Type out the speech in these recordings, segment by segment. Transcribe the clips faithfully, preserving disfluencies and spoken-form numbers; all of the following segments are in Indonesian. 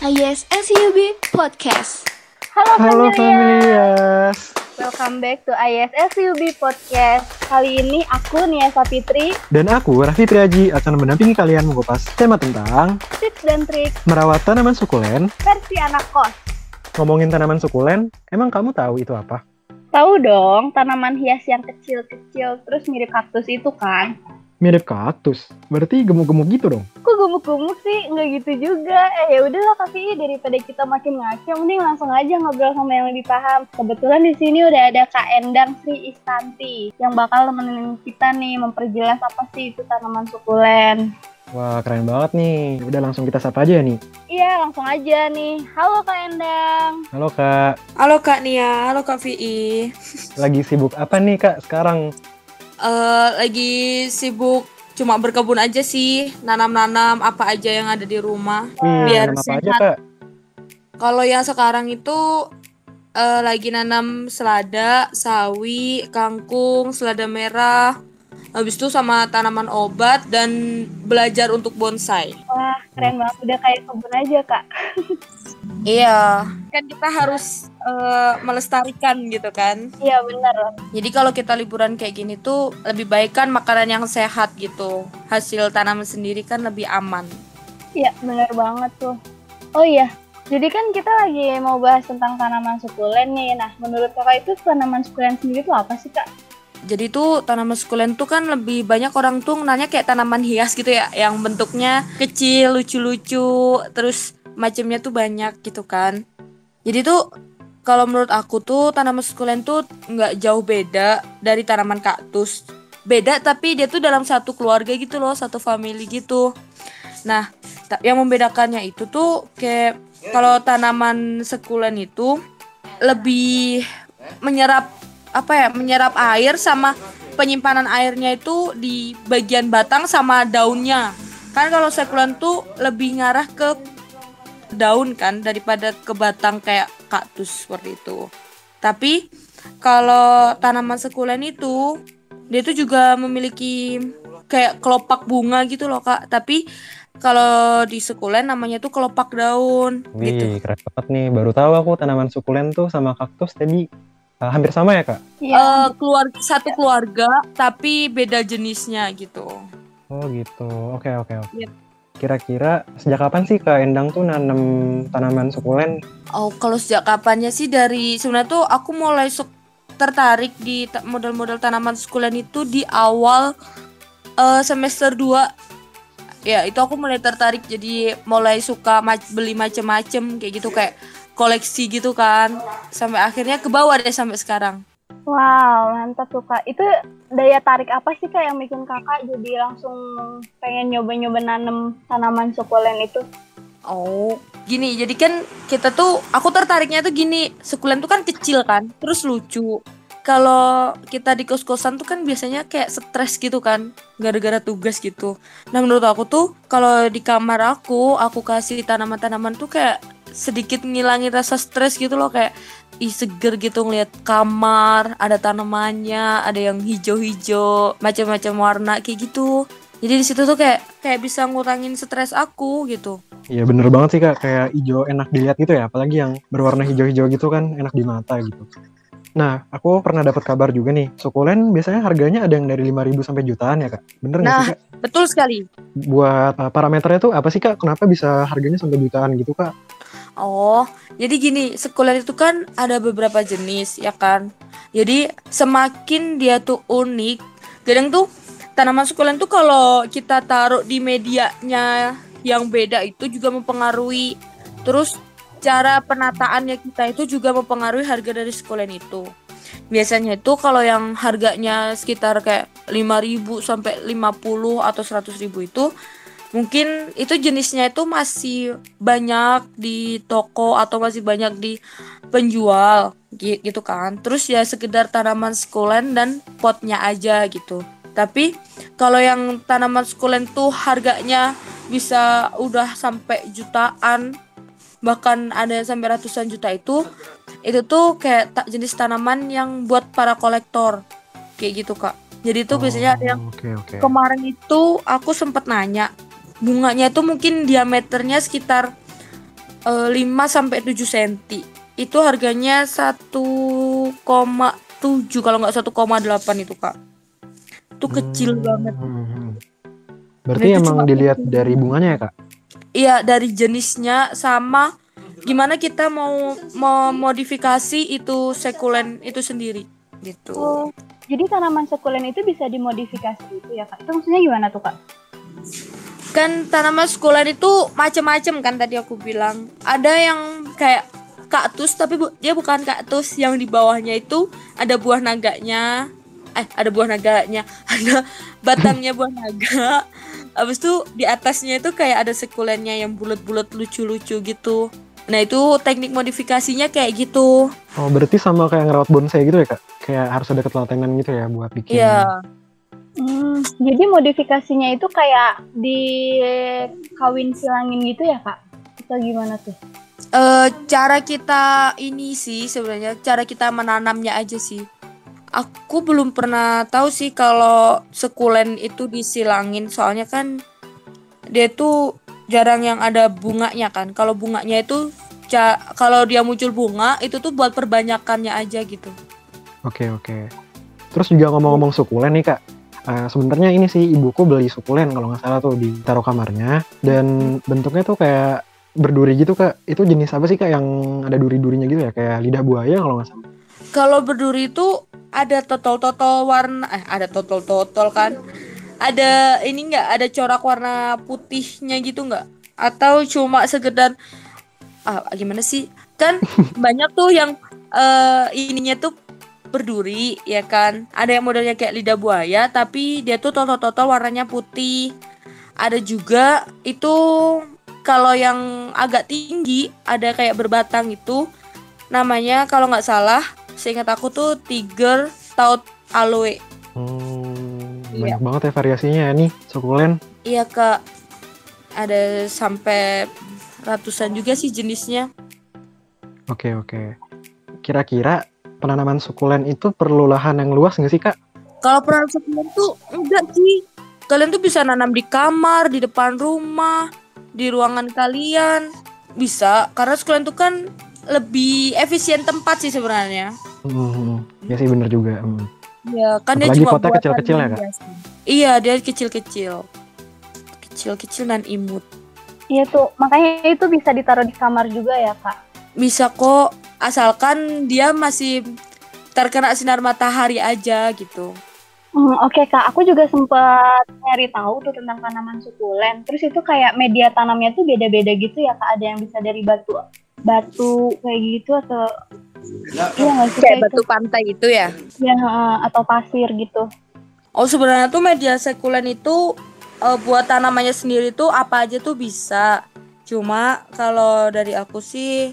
I S S U B Podcast. Halo, Halo familias. familias. Welcome back to I S S U B Podcast. Kali ini aku Nia Sapitri, Dan aku, Raffi Triaji, akan mendampingi kalian mengupas tema tentang tips dan trik merawat tanaman sukulen. versi anak kos. Ngomongin tanaman sukulen, emang kamu tahu itu apa? Tahu dong, tanaman hias yang kecil-kecil terus mirip kaktus itu kan? Mirip kaktus, berarti gemuk-gemuk gitu dong. Kok gemuk-gemuk sih? Nggak gitu juga. Eh ya udahlah Kavi, daripada kita makin ngaco, mending langsung aja ngobrol sama yang lebih paham. Kebetulan di sini udah ada Kak Endang Sri Istanti yang bakal nemenin kita nih memperjelas apa sih itu tanaman sukulen. Wah, keren banget nih. Udah langsung kita sapa aja nih. Iya, langsung aja nih. Halo Kak Endang. Halo Kak, Halo Kak Nia, halo Kak V I. lagi sibuk apa nih Kak sekarang? Eh, lagi sibuk cuma berkebun aja sih, nanam-nanam apa aja yang ada di rumah. Wih, Biar nanam apa aja sehat. Kak? Kalau yang sekarang itu eh, lagi nanam selada, sawi, kangkung, selada merah. Habis itu sama tanaman obat dan belajar untuk bonsai. Wah, keren banget. Udah kayak kebun aja, Kak. Iya, kan kita harus eh, melestarikan gitu kan. Iya, bener. Jadi kalau kita liburan kayak gini tuh lebih baik kan makanan yang sehat gitu. Hasil tanaman sendiri kan lebih aman. Iya, bener banget tuh. Oh iya, jadi kan kita lagi mau bahas tentang tanaman sukulen nih. Nah, menurut Kakak itu tanaman sukulen sendiri tuh apa sih, Kak? Jadi tuh tanaman sukulen tuh kan lebih banyak orang tuh nanya kayak tanaman hias gitu ya, yang bentuknya kecil, lucu-lucu, terus macamnya tuh banyak gitu kan. Jadi tuh kalau menurut aku tuh tanaman sukulen tuh nggak jauh beda dari tanaman kaktus. Beda tapi dia tuh dalam satu keluarga gitu loh, satu family gitu. Nah, ta- yang membedakannya itu tuh kayak kalau tanaman sukulen itu lebih menyerap apa ya menyerap air sama penyimpanan airnya itu di bagian batang sama daunnya. Kan kalau sukulen tuh lebih ngarah ke daun kan daripada ke batang kayak kaktus seperti itu. Tapi kalau tanaman sukulen itu dia tuh juga memiliki kayak kelopak bunga gitu loh Kak. Tapi kalau di sukulen namanya tuh kelopak daun gitu. Wih, keren banget nih. Baru tahu aku tanaman sukulen tuh sama kaktus tadi uh, hampir sama ya Kak? Iya. Eh, keluarga satu keluarga tapi beda jenisnya gitu. Oh gitu, oke oke oke. Yep. Kira-kira sejak kapan sih Kak Endang tuh nanam tanaman sukulen? Oh, kalau sejak kapannya sih dari sebenarnya tuh aku mulai su- tertarik di ta- model-model tanaman sukulen itu di awal eh, semester dua. Ya, itu aku mulai tertarik jadi mulai suka ma- beli macem-macem kayak gitu kayak koleksi gitu kan. Sampai akhirnya ke bawah deh sampai sekarang. Wow, mantap tuh, Kak. Itu daya tarik apa sih, Kak, yang bikin Kakak jadi langsung pengen nyoba-nyoba nanam tanaman sukulen itu? Oh, gini, jadi kan kita tuh, aku tertariknya tuh gini, sukulen tuh kan kecil kan, terus lucu. Kalau kita di kos-kosan tuh kan biasanya kayak stres gitu kan, gara-gara tugas gitu. Nah menurut aku tuh, kalau di kamar aku, aku kasih tanaman-tanaman tuh kayak sedikit ngilangin rasa stres gitu loh, kayak ih seger gitu ngeliat kamar, ada tanamannya, ada yang hijau-hijau, macam-macam warna kayak gitu. Jadi di situ tuh kayak kayak bisa ngurangin stres aku gitu. Iya bener banget sih Kak, kayak hijau enak dilihat gitu ya, apalagi yang berwarna hijau-hijau gitu kan enak di mata gitu. Nah, aku pernah dapat kabar juga nih, sukulen biasanya harganya ada yang dari lima ribu sampai jutaan ya Kak? Bener nggak Nah, sih Kak? betul sekali. Buat uh, parameternya tuh apa sih Kak? Kenapa bisa harganya sampai jutaan gitu Kak? Oh, jadi gini, sukulen itu kan ada beberapa jenis ya kan. Jadi semakin dia tuh unik, kadang tuh tanaman sukulen tuh kalau kita taruh di medianya yang beda itu juga mempengaruhi. Terus cara penataannya kita itu juga mempengaruhi harga dari sukulen itu. Biasanya itu kalau yang harganya sekitar kayak lima ribu sampai lima puluh atau seratus ribu itu mungkin itu jenisnya itu masih banyak di toko atau masih banyak di penjual gi- gitu kan. Terus ya sekedar tanaman sukulen dan potnya aja gitu. Tapi kalau yang tanaman sukulen tuh harganya bisa udah sampai jutaan, bahkan ada yang sampai ratusan juta itu, itu tuh kayak ta- jenis tanaman yang buat para kolektor kayak gitu Kak. Jadi itu biasanya ada yang Oh, Oke oke. kemarin itu aku sempat nanya bunganya itu mungkin diameternya sekitar eh, lima sampai tujuh senti. Itu harganya satu koma tujuh kalau nggak satu koma delapan itu, Kak. Itu kecil Hmm, banget. hmm. Nah, Berarti itu emang cuma dilihat dari bunganya ya, Kak? iya dari jenisnya sama gimana kita mau memodifikasi itu sekulen itu sendiri gitu. Oh, jadi tanaman sukulen itu bisa dimodifikasi gitu ya Kak? Itu maksudnya gimana tuh Kak? Kan tanaman sekulen itu macam-macam kan tadi aku bilang. Ada yang kayak kaktus tapi bu- dia bukan kaktus, yang di bawahnya itu ada buah naganya. Eh, ada buah naganya, ada batangnya buah naga. Habis itu di atasnya itu kayak ada sekulennya yang bulat-bulat lucu-lucu gitu. Nah, itu teknik modifikasinya kayak gitu. Oh, berarti sama kayak ngerawat bonsai gitu ya, Kak? Kayak harus ada ketelatenan gitu ya buat bikin. Iya. Hmm, jadi modifikasinya itu kayak dikawin silangin gitu ya Kak? Atau gimana tuh? Eh, cara kita ini sih sebenarnya cara kita menanamnya aja sih. Aku belum pernah tahu sih kalau sekulen itu disilangin, soalnya kan dia tuh jarang yang ada bunganya kan. Kalau bunganya itu ca- kalau dia muncul bunga itu tuh buat perbanyakannya aja gitu. Oke, oke. Terus juga ngomong-ngomong sukulen nih, Kak. Eh, sebenarnya ini sih ibuku beli sukulen kalau nggak salah tuh ditaruh kamarnya, dan bentuknya tuh kayak berduri gitu, Kak. Itu jenis apa sih, Kak, yang ada duri-durinya gitu ya? Kayak lidah buaya kalau nggak salah. Kalau berduri itu ada totol-totol warna eh ada totol-totol kan. Ada ini enggak ada corak warna putihnya gitu enggak? Atau cuma sekedar ah gimana sih? Kan banyak tuh yang eh, ininya tuh berduri ya kan. Ada yang modelnya kayak lidah buaya tapi dia tuh totol-totol warnanya putih. Ada juga itu kalau yang agak tinggi ada kayak berbatang itu namanya kalau nggak salah seingat aku tuh tiger taut aloe. Hmm, Iya. banyak banget ya variasinya ya nih sukulen. Iya Kak, ada sampai ratusan juga sih jenisnya. Oke, oke. Kira-kira penanaman sukulen itu perlu lahan yang luas nggak sih, Kak? Kalau perancis sukulen tuh enggak sih. Kalian tuh bisa nanam di kamar, di depan rumah, di ruangan kalian. Bisa, karena sukulen tuh kan lebih efisien tempat sih sebenarnya. Hmm, ya sih bener juga. Hmm. Ya, kan dia Apalagi cuma potnya buatan kecil-kecil ya, Kak? hias. Iya, dia kecil-kecil. Kecil-kecil dan imut. Iya tuh, makanya itu bisa ditaruh di kamar juga ya Kak? Bisa kok, asalkan dia masih terkena sinar matahari aja gitu. Hmm, Oke Kak, aku juga sempat nyari tahu tuh tentang tanaman sukulen. Terus itu kayak media tanamnya tuh beda-beda gitu ya Kak? Ada yang bisa dari batu batu kayak gitu atau iya nggak sih Kayak kayak batu pantai itu ya. itu? Ya, heeh, atau pasir gitu. Oh sebenarnya tuh media sekulen itu eh, buat tanamannya sendiri tuh apa aja tuh bisa. Cuma kalau dari aku sih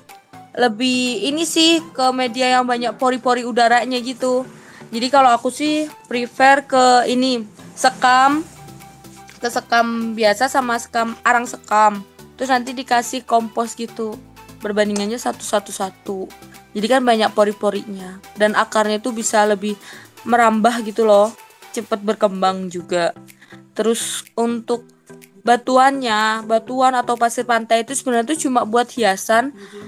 lebih ini sih ke media yang banyak pori-pori udaranya gitu. Jadi kalau aku sih prefer ke ini sekam, ke sekam biasa sama sekam arang sekam. Terus nanti dikasih kompos gitu. Perbandingannya satu satu satu. Jadi kan banyak pori-porinya dan akarnya tuh bisa lebih merambah gitu loh, cepat berkembang juga. Terus untuk batuannya, batuan atau pasir pantai itu sebenarnya tuh cuma buat hiasan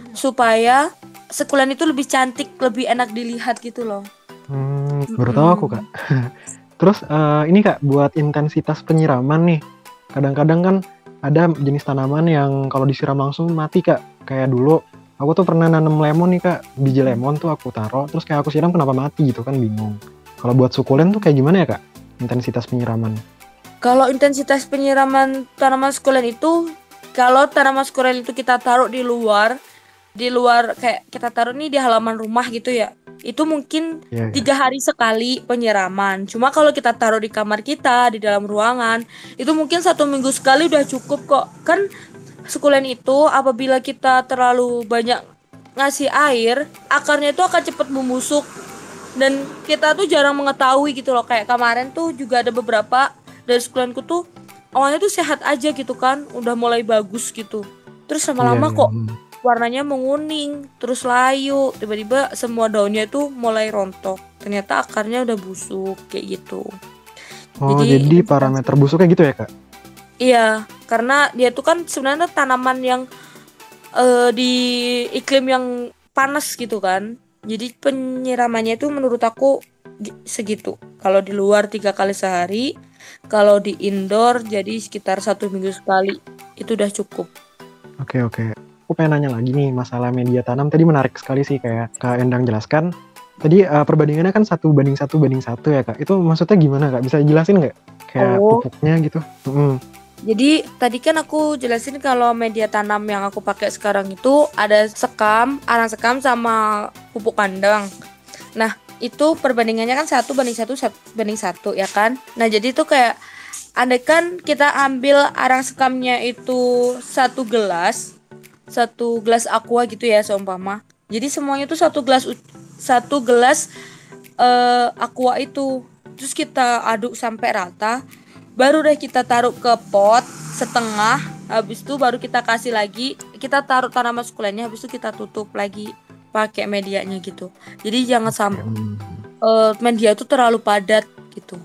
supaya sekulen itu lebih cantik, lebih enak dilihat gitu loh. Hmm, baru tahu aku, Kak. Terus eh, ini, Kak, buat intensitas penyiraman nih. Kadang-kadang kan ada jenis tanaman yang kalau disiram langsung mati, Kak. Kayak dulu aku tuh pernah nanam lemon nih, Kak. Biji lemon tuh aku taruh, terus kayak aku siram kenapa mati gitu kan, bingung. Kalau buat sukulen tuh kayak gimana ya, Kak? Intensitas penyiraman. Kalau intensitas penyiraman tanaman sukulen itu, kalau tanaman sukulen itu kita taruh di luar, di luar kayak kita taruh nih di halaman rumah gitu ya, itu mungkin Iya, iya. tiga hari sekali penyiraman. Cuma kalau kita taruh di kamar kita, di dalam ruangan, itu mungkin satu minggu sekali udah cukup kok. Kan sukulen itu apabila kita terlalu banyak ngasih air, akarnya itu akan cepat membusuk. Dan kita tuh jarang mengetahui gitu loh. Kayak kemarin tuh juga ada beberapa dari sukulenku tuh awalnya tuh sehat aja gitu kan, udah mulai bagus gitu. Terus lama-lama Iya, iya. kok Hmm. warnanya menguning, terus layu, tiba-tiba semua daunnya tuh mulai rontok. Ternyata akarnya udah busuk kayak gitu. Oh, Jadi- jadi, parameter busuknya gitu ya, Kak? Iya, karena dia tuh kan sebenarnya tanaman yang eh, di iklim yang panas gitu kan. Jadi penyiramannya itu menurut aku gi- segitu. Kalau di luar tiga kali sehari, kalau di indoor jadi sekitar satu minggu sekali. Itu udah cukup. Oke oke. Aku pengen nanya lagi nih masalah media tanam. Tadi menarik sekali sih kayak Kak Endang jelaskan. Tadi eh, perbandingannya kan satu banding satu banding satu ya Kak. Itu maksudnya gimana Kak? Bisa jelasin nggak? Kayak Oh. pupuknya gitu. Mm-mm. Jadi tadi kan aku jelasin kalau media tanam yang aku pakai sekarang itu ada sekam, arang sekam sama pupuk kandang. Nah itu perbandingannya kan satu banding satu, satu banding satu ya kan. Nah jadi itu kayak andai kan kita ambil arang sekamnya itu satu gelas, satu gelas aqua gitu ya seumpama. Jadi semuanya tuh satu gelas u- satu gelas eh, aqua itu. Terus kita aduk sampai rata. Baru deh kita taruh ke pot setengah. Habis itu baru kita kasih lagi. Kita taruh tanaman sukulennya. Habis itu kita tutup lagi pakai medianya gitu. Jadi jangan sampai Hmm. eh, media itu terlalu padat gitu.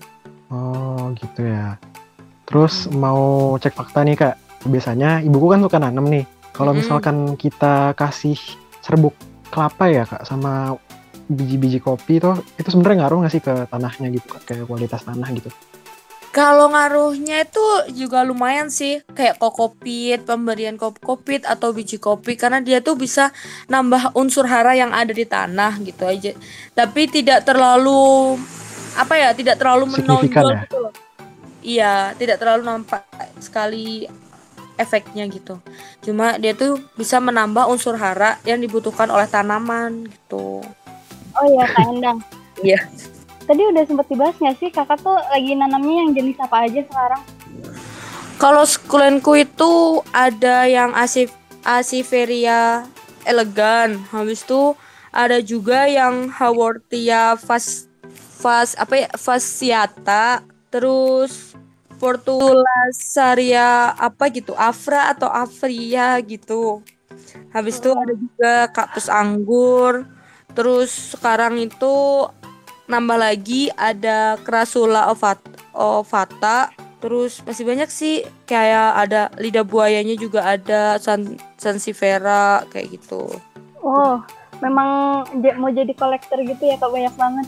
Oh gitu ya. Terus mau cek fakta nih Kak. Biasanya ibuku kan suka nanam nih. Kalau Mm-mm. misalkan kita kasih serbuk kelapa ya Kak sama biji-biji kopi itu itu sebenarnya ngaruh nggak sih ke tanahnya gitu Kak? Kayak kualitas tanah gitu. Kalau ngaruhnya itu juga lumayan sih, kayak kokopit, pemberian kokopit atau biji kopi, karena dia tuh bisa nambah unsur hara yang ada di tanah gitu aja. Tapi tidak terlalu apa ya, tidak terlalu Signifikan menonjol ya? gitu loh. Iya, tidak terlalu nampak sekali efeknya gitu. Cuma dia tuh bisa menambah unsur hara yang dibutuhkan oleh tanaman gitu. Oh iya Kak Endang. Iya. Tadi udah sempet dibahas nggak sih kakak tuh lagi nanamnya yang jenis apa aja sekarang? Kalau sukulenku itu ada yang asif Asiferia elegan, habis itu ada juga yang Haworthia fas fas apa ya fasciata, terus Portulasaria apa gitu, Afra atau Afria gitu. Habis itu ada juga kaktus anggur. Terus sekarang itu nambah lagi ada Crassula ovata, ovata. Terus masih banyak sih, kayak ada lidah buayanya juga ada, san sansevieria kayak gitu. Oh, memang j- mau jadi kolektor gitu ya Kak, banyak banget.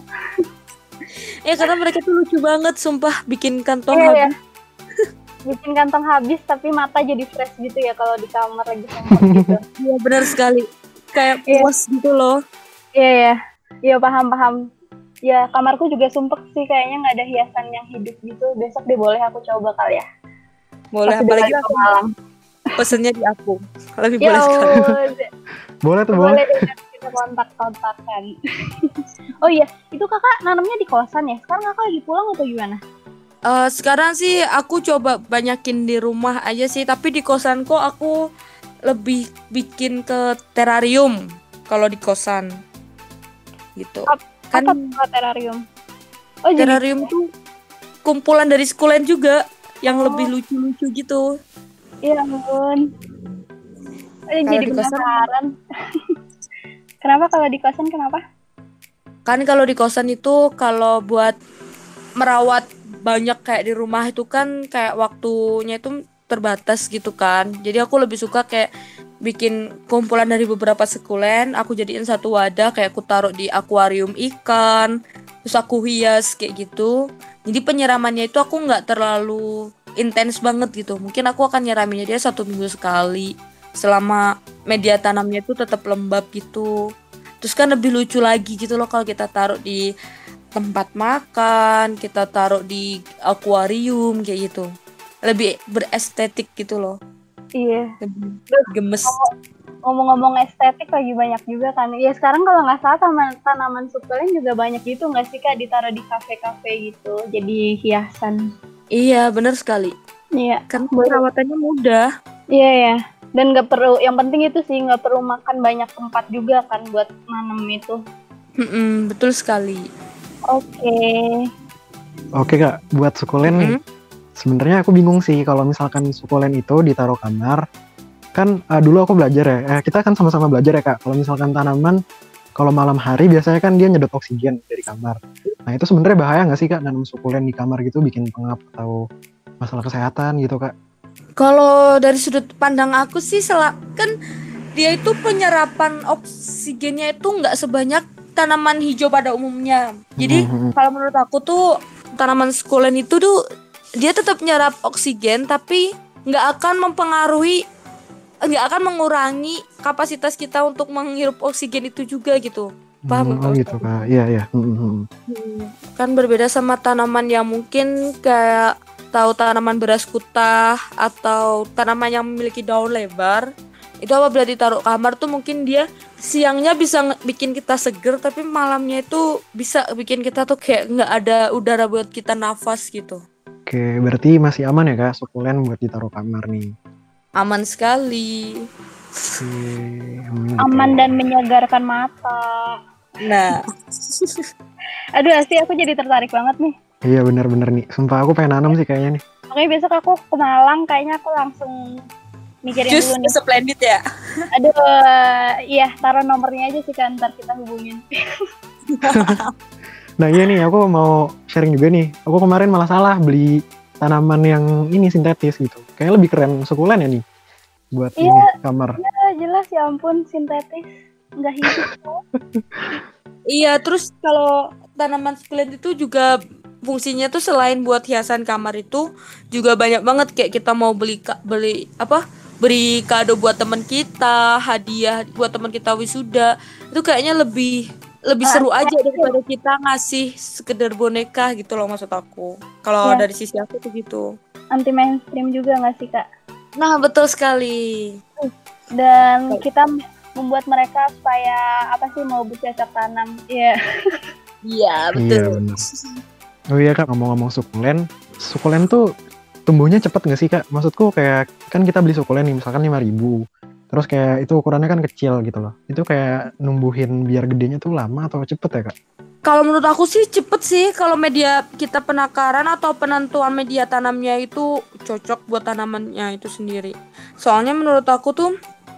Ya karena mereka tuh lucu banget, sumpah bikin kantong Iya, iya. habis. Bikin kantong habis tapi mata jadi fresh gitu ya kalau di kamar lagi sempet gitu. Iya benar sekali, kayak Iya. puas gitu loh. Iya ya, iya paham-paham. Ya kamarku juga sumpek sih, kayaknya nggak ada hiasan yang hidup gitu. Besok deh boleh aku coba kali ya. Boleh, Pas udah apalagi balik ke aku Malang. pesennya di aku, lebih Ya boleh sekali. Allah, Boleh tuh boleh. boleh deh nanti kita kontak-kontakan. Oh iya, itu kakak nanamnya di kosan ya? Sekarang kakak lagi pulang atau gimana? Eh, sekarang sih aku coba banyakin di rumah aja sih, tapi di kosanku aku lebih bikin ke terarium kalau di kosan gitu. Ap- Kan Apa tuh terarium? Oh jadi terarium tuh kumpulan dari sukulen juga yang Oh. lebih lucu-lucu gitu. ya ampun. Eh, Kalau jadi di kosan- penasaran. Kenapa kalau di kosan kenapa? Kan kalau di kosan itu kalau buat merawat banyak kayak di rumah itu kan kayak waktunya itu terbatas gitu kan. Jadi aku lebih suka kayak bikin kumpulan dari beberapa sukulen, aku jadiin satu wadah, kayak aku taruh di akuarium ikan, terus aku hias kayak gitu. Jadi penyiramannya itu aku nggak terlalu intens banget gitu. Mungkin aku akan nyiraminnya dia satu minggu sekali, selama media tanamnya itu tetap lembab gitu. Terus kan lebih lucu lagi gitu loh kalau kita taruh di tempat makan, kita taruh di akuarium kayak gitu. Lebih berestetik gitu loh. Iya. Lebih gemes. Ngomong-ngomong estetik lagi banyak juga kan. Ya sekarang kalau nggak salah taman tanaman sukulen juga banyak gitu nggak sih Kak, ditaruh di kafe-kafe gitu. Jadi hiasan. Iya, benar sekali. Iya. Kan perawatannya mudah. Iya ya. Dan nggak perlu, yang penting itu sih nggak perlu makan banyak tempat juga kan buat nanam itu. Mm-mm, betul sekali. Oke. Oke Kak, buat sukulen nih. Sebenarnya aku bingung sih kalau misalkan sukulen itu ditaruh kamar. Kan eh, dulu aku belajar ya, eh, kita kan sama-sama belajar ya Kak. Kalau misalkan tanaman, kalau malam hari biasanya kan dia nyedot oksigen dari kamar. Nah itu sebenarnya bahaya nggak sih Kak nanam sukulen di kamar gitu, bikin pengap atau masalah kesehatan gitu Kak? Kalau dari sudut pandang aku sih sel- kan dia itu penyerapan oksigennya itu nggak sebanyak tanaman hijau pada umumnya. Jadi Mhm. kalau menurut aku tuh tanaman sukulen itu tuh dia tetap nyerap oksigen tapi nggak akan mempengaruhi, nggak akan mengurangi kapasitas kita untuk menghirup oksigen itu juga gitu. Paham Hmm, oh nggak? gitu kak, iya iya. Mhm. Kan berbeda sama tanaman yang mungkin kayak tahu tanaman beras kutah atau tanaman yang memiliki daun lebar. Itu apabila ditaruh kamar tuh mungkin dia siangnya bisa nge- bikin kita seger, tapi malamnya itu bisa bikin kita tuh kayak nggak ada udara buat kita nafas gitu. Oke, berarti masih aman ya kak sukulen buat ditaruh kamar nih. Aman sekali. Oke, amin gitu. Aman dan menyegarkan mata. Nah, Aduh, Asti, aku jadi tertarik banget nih. Iya benar-benar nih. Sumpah aku pengen nanam sih kayaknya nih. Makanya besok aku ke Malang, kayaknya aku langsung mikirin just dulu nih. splendid ya. Aduh, iya, taruh nomornya aja sih kan, ntar kita hubungin. Nah iya nih, aku mau sharing juga nih. Aku kemarin malah salah beli tanaman yang ini sintetis gitu. Kayaknya lebih keren sukulen ya nih buat Iya. ini kamar. Ah, jelas ya ampun, sintetis. Nggak hidup. Iya, terus kalau tanaman sukulent itu juga fungsinya tuh selain buat hiasan kamar itu juga banyak banget, kayak kita mau beli ka- beli apa? Beri kado buat teman kita, hadiah buat teman kita wisuda. Itu kayaknya lebih lebih Ah, seru aja daripada kita ngasih sekedar boneka gitu loh, maksud aku. Kalau Iya. dari sisi aku tuh gitu. Anti mainstream juga nggak sih, Kak? Nah, betul sekali. Dan kita membuat mereka supaya apa sih mau bercocok tanam. Iya. Iya, Iya betul. benar. Oh iya kak, ngomong-ngomong sukulen, sukulen tuh tumbuhnya cepet nggak sih kak? Maksudku kayak kan kita beli sukulen nih misalkan lima ribu, terus kayak itu ukurannya kan kecil gitu loh. Itu kayak numbuhin biar gedenya tuh lama atau cepet ya kak? Kalau menurut aku sih cepet sih kalau media kita penakaran atau penentuan media tanamnya itu cocok buat tanamannya itu sendiri. Soalnya menurut aku tuh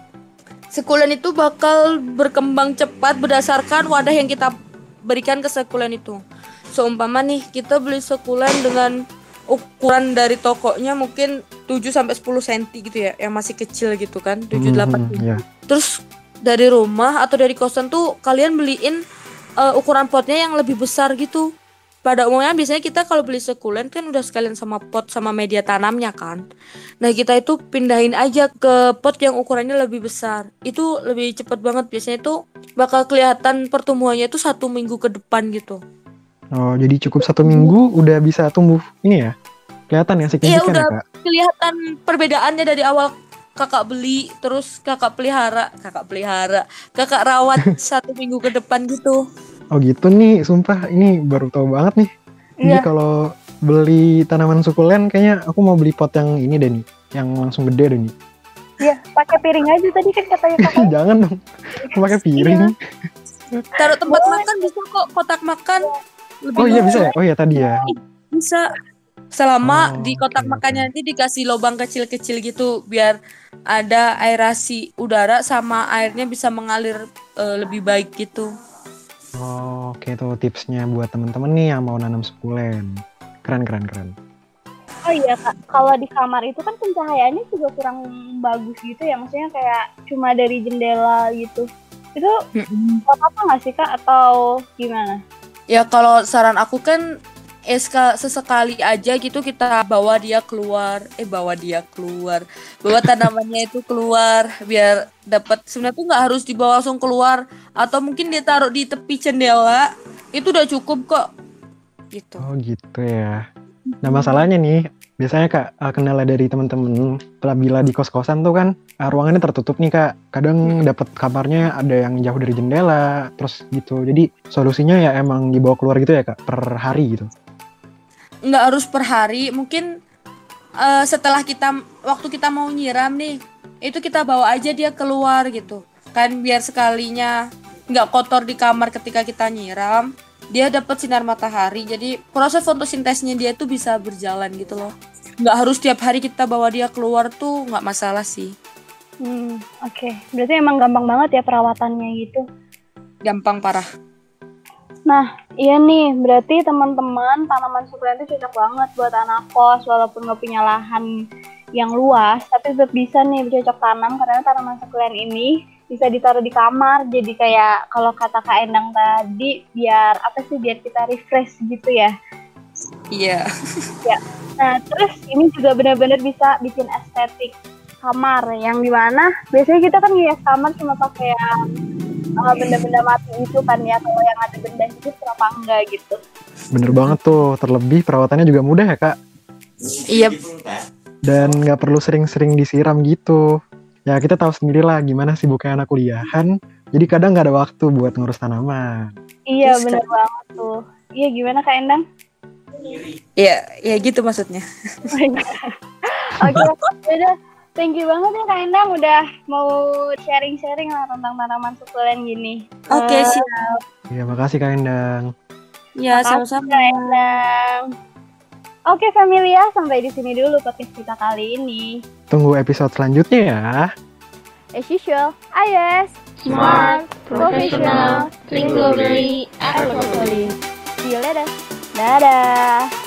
sukulen itu bakal berkembang cepat berdasarkan wadah yang kita berikan ke sukulen itu. Seumpama nih kita beli sukulen dengan ukuran dari tokonya mungkin tujuh sampai sepuluh sentimeter gitu ya, yang masih kecil gitu kan, tujuh delapan Hmm, iya. Terus dari rumah atau dari kosan tuh kalian beliin uh, ukuran potnya yang lebih besar gitu. Pada umumnya biasanya kita kalau beli sukulen kan udah sekalian sama pot sama media tanamnya kan. Nah kita itu pindahin aja ke pot yang ukurannya lebih besar. Itu lebih cepat banget, biasanya itu bakal kelihatan pertumbuhannya itu satu minggu ke depan gitu. Oh jadi cukup satu minggu udah bisa tumbuh ini ya? Kelihatan ya Iya signifikan udah ya kak? kelihatan perbedaannya dari awal kakak beli, terus kakak pelihara, kakak pelihara, kakak rawat satu minggu ke depan gitu. Oh gitu nih, sumpah ini baru tahu banget nih. Jadi Iya. kalau beli tanaman sukulen kayaknya aku mau beli pot yang ini deh nih, yang langsung gede deh nih. Iya, pakai piring aja tadi kan katanya kakak. Jangan dong, pakai piring. Taruh tempat makan bisa kok, kotak makan lebih Oh iya lucu. bisa ya? Oh iya tadi ya. Bisa. Selama Oh, di kotak oke, makannya oke. nanti dikasih lubang kecil-kecil gitu biar ada aerasi udara sama airnya bisa mengalir eh, lebih baik gitu. Oh, oke tuh tipsnya buat temen-temen nih yang mau nanam sukulen. Keren keren keren. Oh iya, Kak. Kalau di kamar itu kan pencahayaannya juga kurang bagus gitu ya. Maksudnya kayak cuma dari jendela gitu. Itu buat apa nggak sih, Kak? Atau gimana? Ya kalau saran aku kan eh, seka- sesekali aja gitu kita bawa dia keluar, eh bawa dia keluar, bawa tanamannya itu keluar biar dapat. Sebenarnya tuh nggak harus dibawa langsung keluar, atau mungkin ditaruh di tepi jendela itu udah cukup kok gitu. Oh gitu ya. Nah masalahnya nih, biasanya kak eh, kendala dari temen-temen bila di kos-kosan tuh kan eh, ruangannya tertutup nih kak. Kadang dapat kamarnya ada yang jauh dari jendela, terus gitu. Jadi solusinya ya emang dibawa keluar gitu ya kak, per hari gitu. Nggak harus per hari, mungkin eh, setelah kita waktu kita mau nyiram nih itu kita bawa aja dia keluar gitu kan, biar sekalinya nggak kotor di kamar ketika kita nyiram, dia dapat sinar matahari, jadi proses fotosintesnya dia tuh bisa berjalan gitu loh. Nggak harus tiap hari kita bawa dia keluar tuh, nggak masalah sih. Hmm, oke. Berarti emang gampang banget ya perawatannya gitu. Gampang parah. Nah, iya nih, berarti teman-teman tanaman sukulen itu cocok banget buat anak kos walaupun nggak punya lahan yang luas, tapi tetap bisa nih bercocok tanam karena tanaman sukulen ini bisa ditaruh di kamar. Jadi kayak kalau kata Kak Endang tadi, biar apa sih, biar kita refresh gitu ya. Iya. Ya. Nah, terus ini juga benar-benar bisa bikin estetik kamar, yang dimana biasanya kita kan ngehias kamar cuma pakai yang uh, benda-benda mati itu kan ya, kalau yang ada benda hidup kenapa enggak gitu. Bener banget tuh, terlebih perawatannya juga mudah ya Kak. Iya. Dan nggak perlu sering-sering disiram gitu. Ya kita tahu sendiri lah gimana sibuknya anak kuliahan, jadi kadang nggak ada waktu buat ngurus tanaman. Iya, Yes, benar banget tuh. Iya, gimana Kak Endang? Iya, ya gitu maksudnya. Oke, udah. Thank you banget ya Kak Endang udah mau sharing-sharing lah tentang tanaman sukulen gini. Oke, Eh, siap. Ya makasih Kak Endang. Ya, makasih, sama-sama. Kak Endang. Oke, familia, sampai di sini dulu podcast kita kali ini. Tunggu episode selanjutnya ya. As usual, I S Smart, professional, think globally, act locally. See you later. Dadah.